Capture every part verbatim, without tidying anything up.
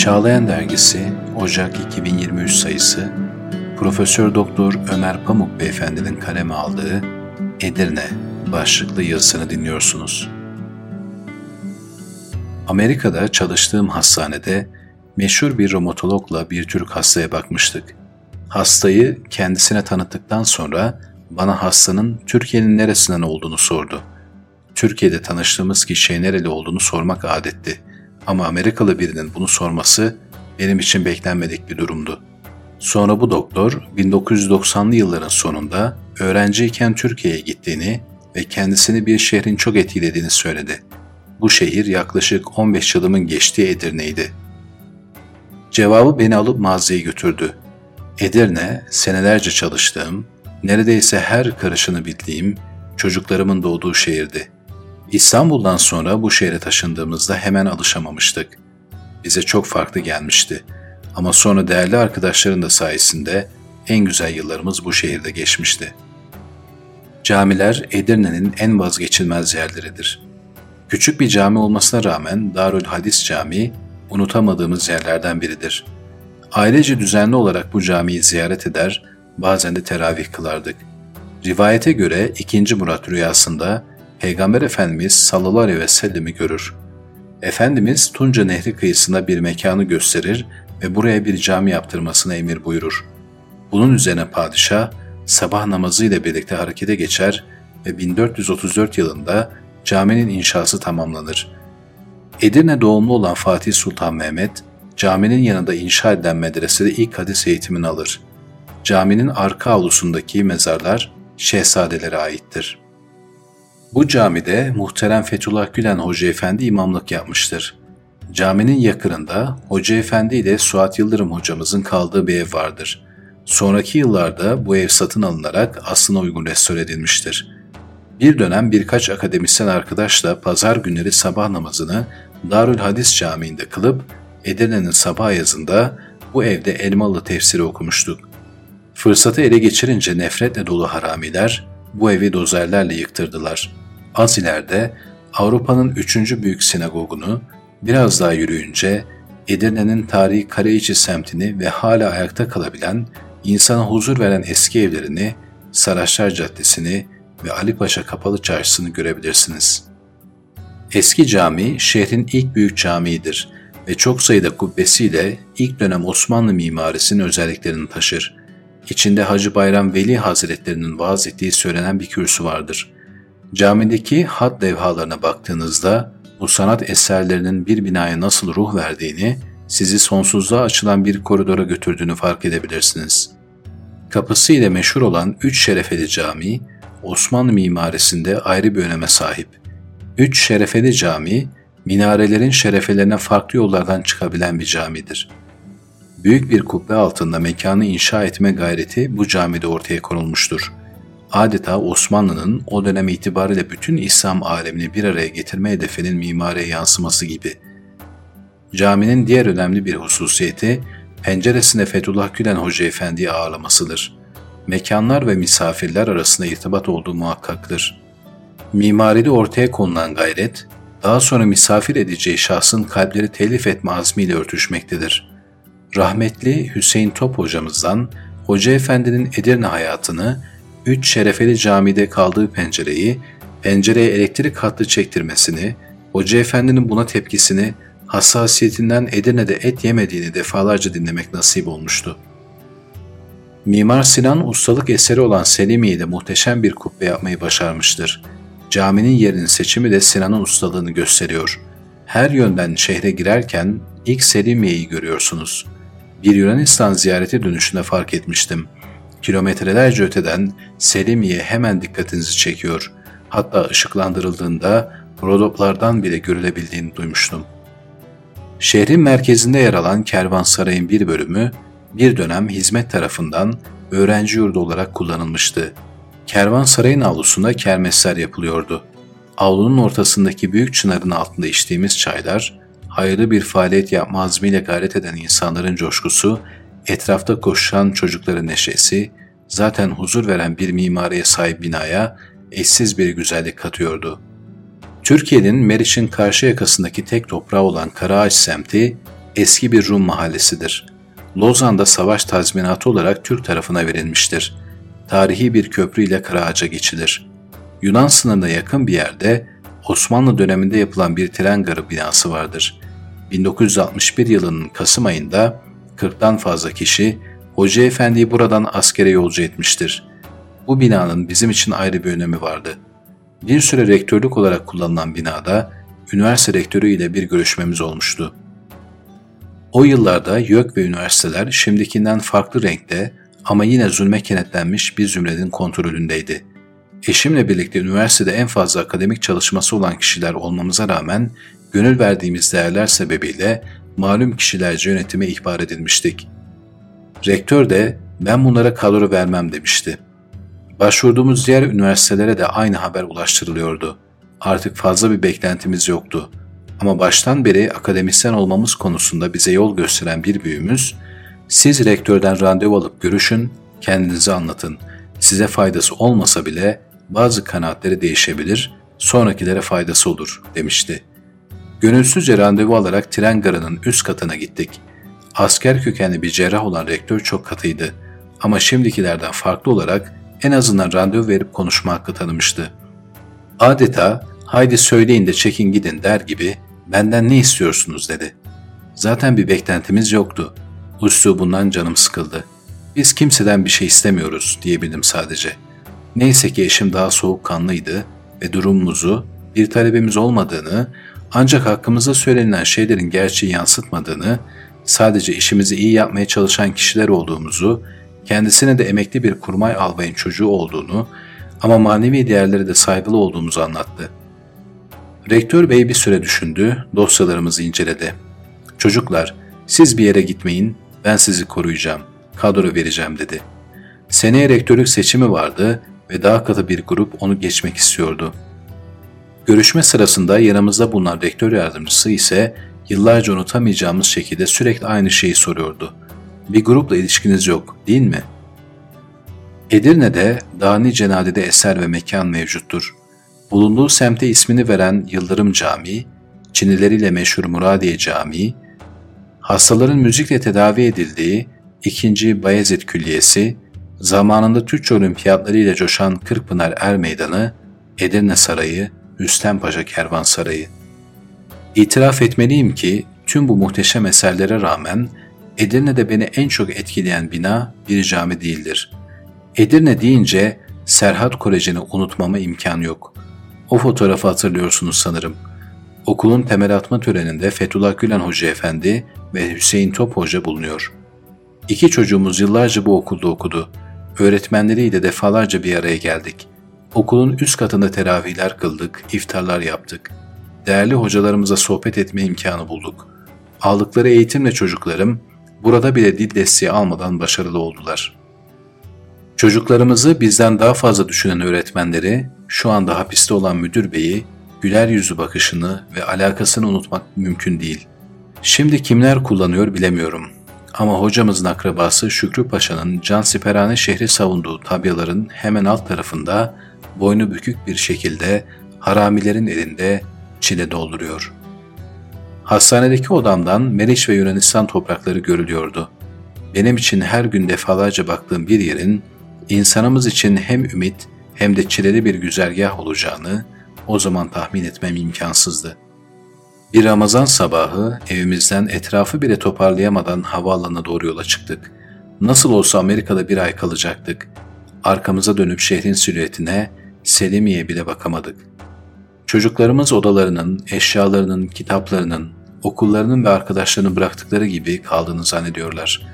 Çağlayan Dergisi Ocak iki bin yirmi üç sayısı Profesör Doktor Ömer Pamuk Beyefendi'nin kaleme aldığı Edirne başlıklı yazısını dinliyorsunuz. Amerika'da çalıştığım hastanede meşhur bir romatologla bir Türk hastaya bakmıştık. Hastayı kendisine tanıttıktan sonra bana hastanın Türkiye'nin neresinden olduğunu sordu. Türkiye'de tanıştığımız kişiye nereli olduğunu sormak adetti. Ama Amerikalı birinin bunu sorması benim için beklenmedik bir durumdu. Sonra bu doktor bin dokuz yüz doksanlı yılların sonunda öğrenciyken Türkiye'ye gittiğini ve kendisini bir şehrin çok etkilediğini söyledi. Bu şehir yaklaşık on beş yılımın geçtiği Edirne'ydi. Cevabı beni alıp mağazaya götürdü. Edirne, senelerce çalıştığım, neredeyse her karışını bildiğim, çocuklarımın doğduğu şehirdi. İstanbul'dan sonra bu şehre taşındığımızda hemen alışamamıştık. Bize çok farklı gelmişti. Ama sonra değerli arkadaşların da sayesinde en güzel yıllarımız bu şehirde geçmişti. Camiler Edirne'nin en vazgeçilmez yerleridir. Küçük bir cami olmasına rağmen Darül Hadis Camii unutamadığımız yerlerden biridir. Ailece düzenli olarak bu camiyi ziyaret eder, bazen de teravih kılardık. Rivayete göre ikinci Murat rüyasında Peygamber Efendimiz sallallahu aleyhi ve sellem'i görür. Efendimiz Tunca Nehri kıyısında bir mekanı gösterir ve buraya bir cami yaptırmasına emir buyurur. Bunun üzerine padişah sabah namazı ile birlikte harekete geçer ve bin dört yüz otuz dört yılında caminin inşası tamamlanır. Edirne doğumlu olan Fatih Sultan Mehmet, caminin yanında inşa edilen medresede ilk hadis eğitimini alır. Caminin arka avlusundaki mezarlar şehzadelere aittir. Bu camide muhterem Fethullah Gülen Hoca Efendi imamlık yapmıştır. Caminin yakınında Hoca Efendi ile Suat Yıldırım hocamızın kaldığı bir ev vardır. Sonraki yıllarda bu ev satın alınarak aslına uygun restore edilmiştir. Bir dönem birkaç akademisyen arkadaşla pazar günleri sabah namazını Darül Hadis Camii'nde kılıp Edirne'nin sabah ayazında bu evde Elmalı tefsiri okumuştuk. Fırsatı ele geçirince nefretle dolu haramiler bu evi dozerlerle yıktırdılar. Az ileride Avrupa'nın üçüncü büyük sinagogunu, biraz daha yürüyünce Edirne'nin tarihi Kaleiçi semtini ve hala ayakta kalabilen, insana huzur veren eski evlerini, Saraçlar Caddesi'ni ve Ali Paşa Kapalı Çarşısı'nı görebilirsiniz. Eski cami şehrin ilk büyük camiidir ve çok sayıda kubbesiyle ilk dönem Osmanlı mimarisinin özelliklerini taşır. İçinde Hacı Bayram Veli Hazretlerinin vaaz ettiği söylenen bir kürsü vardır. Camideki hat levhalarına baktığınızda bu sanat eserlerinin bir binaya nasıl ruh verdiğini, sizi sonsuzluğa açılan bir koridora götürdüğünü fark edebilirsiniz. Kapısı ile meşhur olan Üç Şerefeli Camii, Osmanlı mimarisinde ayrı bir öneme sahip. Üç Şerefeli Camii, minarelerin şerefelerine farklı yollardan çıkabilen bir camidir. Büyük bir kubbe altında mekanı inşa etme gayreti bu camide ortaya konulmuştur. Adeta Osmanlı'nın o dönem itibariyle bütün İslam alemini bir araya getirme hedefinin mimariye yansıması gibi. Caminin diğer önemli bir hususiyeti, penceresinde Fethullah Gülen Hoca Efendi'yi ağırlamasıdır. Mekanlar ve misafirler arasında irtibat olduğu muhakkaktır. Mimaride ortaya konulan gayret, daha sonra misafir edeceği şahsın kalpleri telif etme azmiyle örtüşmektedir. Rahmetli Hüseyin Top hocamızdan Hoca Efendi'nin Edirne hayatını, Üç Şerefeli Camii'de kaldığı pencereyi, pencereye elektrik hattı çektirmesini, Hoca Efendi'nin buna tepkisini, hassasiyetinden Edirne'de et yemediğini defalarca dinlemek nasip olmuştu. Mimar Sinan ustalık eseri olan Selimiye'de muhteşem bir kubbe yapmayı başarmıştır. Caminin yerinin seçimi de Sinan'ın ustalığını gösteriyor. Her yönden şehre girerken ilk Selimiye'yi görüyorsunuz. Bir Yunanistan ziyareti dönüşünde fark etmiştim. Kilometrelerce öteden Selimiye hemen dikkatinizi çekiyor. Hatta ışıklandırıldığında rodoplardan bile görülebildiğini duymuştum. Şehrin merkezinde yer alan Kervansaray'ın bir bölümü bir dönem hizmet tarafından öğrenci yurdu olarak kullanılmıştı. Kervansaray'ın avlusunda kermesler yapılıyordu. Avlunun ortasındaki büyük çınarın altında içtiğimiz çaylar, hayırlı bir faaliyet yapma azmiyle gayret eden insanların coşkusu, etrafta koşan çocukların neşesi, zaten huzur veren bir mimariye sahip binaya eşsiz bir güzellik katıyordu. Türkiye'nin Meriç'in karşı yakasındaki tek toprağı olan Karaağaç semti, Eski bir Rum mahallesidir. Lozan'da savaş tazminatı olarak Türk tarafına verilmiştir. Tarihi bir köprü ile Karaağaç'a geçilir. Yunan sınırına yakın bir yerde Osmanlı döneminde yapılan bir tren garı binası vardır. bin dokuz yüz altmış bir yılının Kasım ayında kırktan fazla kişi Hoca Efendi'yi buradan askere yolcu etmiştir. Bu binanın bizim için ayrı bir önemi vardı. Bir süre rektörlük olarak kullanılan binada üniversite rektörü ile bir görüşmemiz olmuştu. O yıllarda YÖK ve üniversiteler şimdikinden farklı renkte ama yine zulme kenetlenmiş bir zümrenin kontrolündeydi. Eşimle birlikte üniversitede en fazla akademik çalışması olan kişiler olmamıza rağmen gönül verdiğimiz değerler sebebiyle malum kişilerce yönetime ihbar edilmiştik. Rektör de ben bunlara kadro vermem demişti. Başvurduğumuz diğer üniversitelere de aynı haber ulaştırılıyordu. Artık fazla bir beklentimiz yoktu. Ama baştan beri akademisyen olmamız konusunda bize yol gösteren bir büyüğümüz, siz rektörden randevu alıp görüşün, kendinizi anlatın. Size faydası olmasa bile bazı kanaatleri değişebilir, sonrakilere faydası olur demişti. Gönülsüzce randevu alarak tren garının üst katına gittik. Asker kökenli bir cerrah olan rektör çok katıydı. Ama şimdikilerden farklı olarak en azından randevu verip konuşma hakkı tanımıştı. Adeta haydi söyleyin de çekin gidin der gibi benden ne istiyorsunuz dedi. Zaten bir beklentimiz yoktu. Üslubundan canım sıkıldı. Biz kimseden bir şey istemiyoruz diyebildim sadece. Neyse ki eşim daha soğukkanlıydı ve durumumuzu, bir talebimiz olmadığını, ancak hakkımızda söylenilen şeylerin gerçeği yansıtmadığını, sadece işimizi iyi yapmaya çalışan kişiler olduğumuzu, kendisine de emekli bir kurmay albayın çocuğu olduğunu ama manevi değerlere de saygılı olduğumuzu anlattı. Rektör bey bir süre düşündü, dosyalarımızı inceledi. Çocuklar, siz bir yere gitmeyin, ben sizi koruyacağım, kadro vereceğim dedi. Seneye rektörlük seçimi vardı ve daha katı bir grup onu geçmek istiyordu. Görüşme sırasında yanımızda bulunan rektör yardımcısı ise yıllarca unutamayacağımız şekilde sürekli aynı şeyi soruyordu. Bir grupla ilişkiniz yok, değil mi? Edirne'de daha nice nadide eser ve mekan mevcuttur. Bulunduğu semte ismini veren Yıldırım Camii, Çinileriyle meşhur Muradiye Camii, hastaların müzikle tedavi edildiği ikinci. Bayezid Külliyesi, zamanında Türkçe olimpiyatlarıyla coşan Kırkpınar Er Meydanı, Edirne Sarayı, Rüstem Paşa Kervansarayı. İtiraf etmeliyim ki tüm bu muhteşem eserlere rağmen Edirne'de beni en çok etkileyen bina bir cami değildir. Edirne deyince Serhat Koleji'ni unutmama imkan yok. O fotoğrafı hatırlıyorsunuz sanırım. Okulun temel atma töreninde Fethullah Gülen Hoca Efendi ve Hüseyin Top Hoca bulunuyor. İki çocuğumuz yıllarca bu okulda okudu. Öğretmenleriyle defalarca bir araya geldik. Okulun üst katında teravihler kıldık, iftarlar yaptık. Değerli hocalarımıza sohbet etme imkanı bulduk. Aldıkları eğitimle çocuklarım burada bile dil desteği almadan başarılı oldular. Çocuklarımızı bizden daha fazla düşünen öğretmenleri, şu anda hapiste olan müdür beyi, güler yüzü bakışını ve alakasını unutmak mümkün değil. Şimdi kimler kullanıyor bilemiyorum. Ama hocamızın akrabası Şükrü Paşa'nın cansiperane şehri savunduğu tabyaların hemen alt tarafında boynu bükük bir şekilde haramilerin elinde çile dolduruyor. Hastanedeki odamdan Meriç ve Yunanistan toprakları görülüyordu. Benim için her gün defalarca baktığım bir yerin insanımız için hem ümit hem de çileli bir güzergah olacağını o zaman tahmin etmem imkansızdı. Bir Ramazan sabahı evimizden etrafı bile toparlayamadan havaalanına doğru yola çıktık. Nasıl olsa Amerika'da bir ay kalacaktık. Arkamıza dönüp şehrin silüetine, Selimiye'ye bile bakamadık. Çocuklarımız odalarının, eşyalarının, kitaplarının, okullarının ve arkadaşlarını bıraktıkları gibi kaldığını zannediyorlar.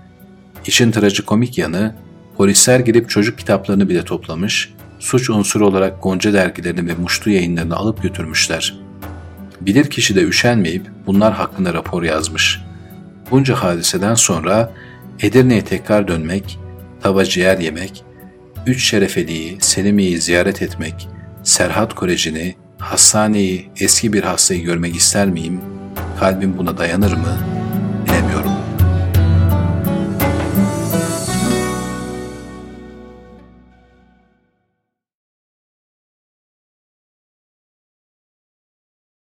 İşin trajikomik yanı, polisler girip çocuk kitaplarını bile toplamış, suç unsuru olarak Gonca dergilerini ve Muştu yayınlarını alıp götürmüşler. Bilirkişi de üşenmeyip bunlar hakkında rapor yazmış. Bunca hadiseden sonra Edirne'ye tekrar dönmek, tava ciğer yemek, Üç Şerefeli'yi, Selimiye'yi ziyaret etmek, Serhat Koleji'ni, hastaneyi, eski bir hastayı görmek ister miyim? Kalbim buna dayanır mı?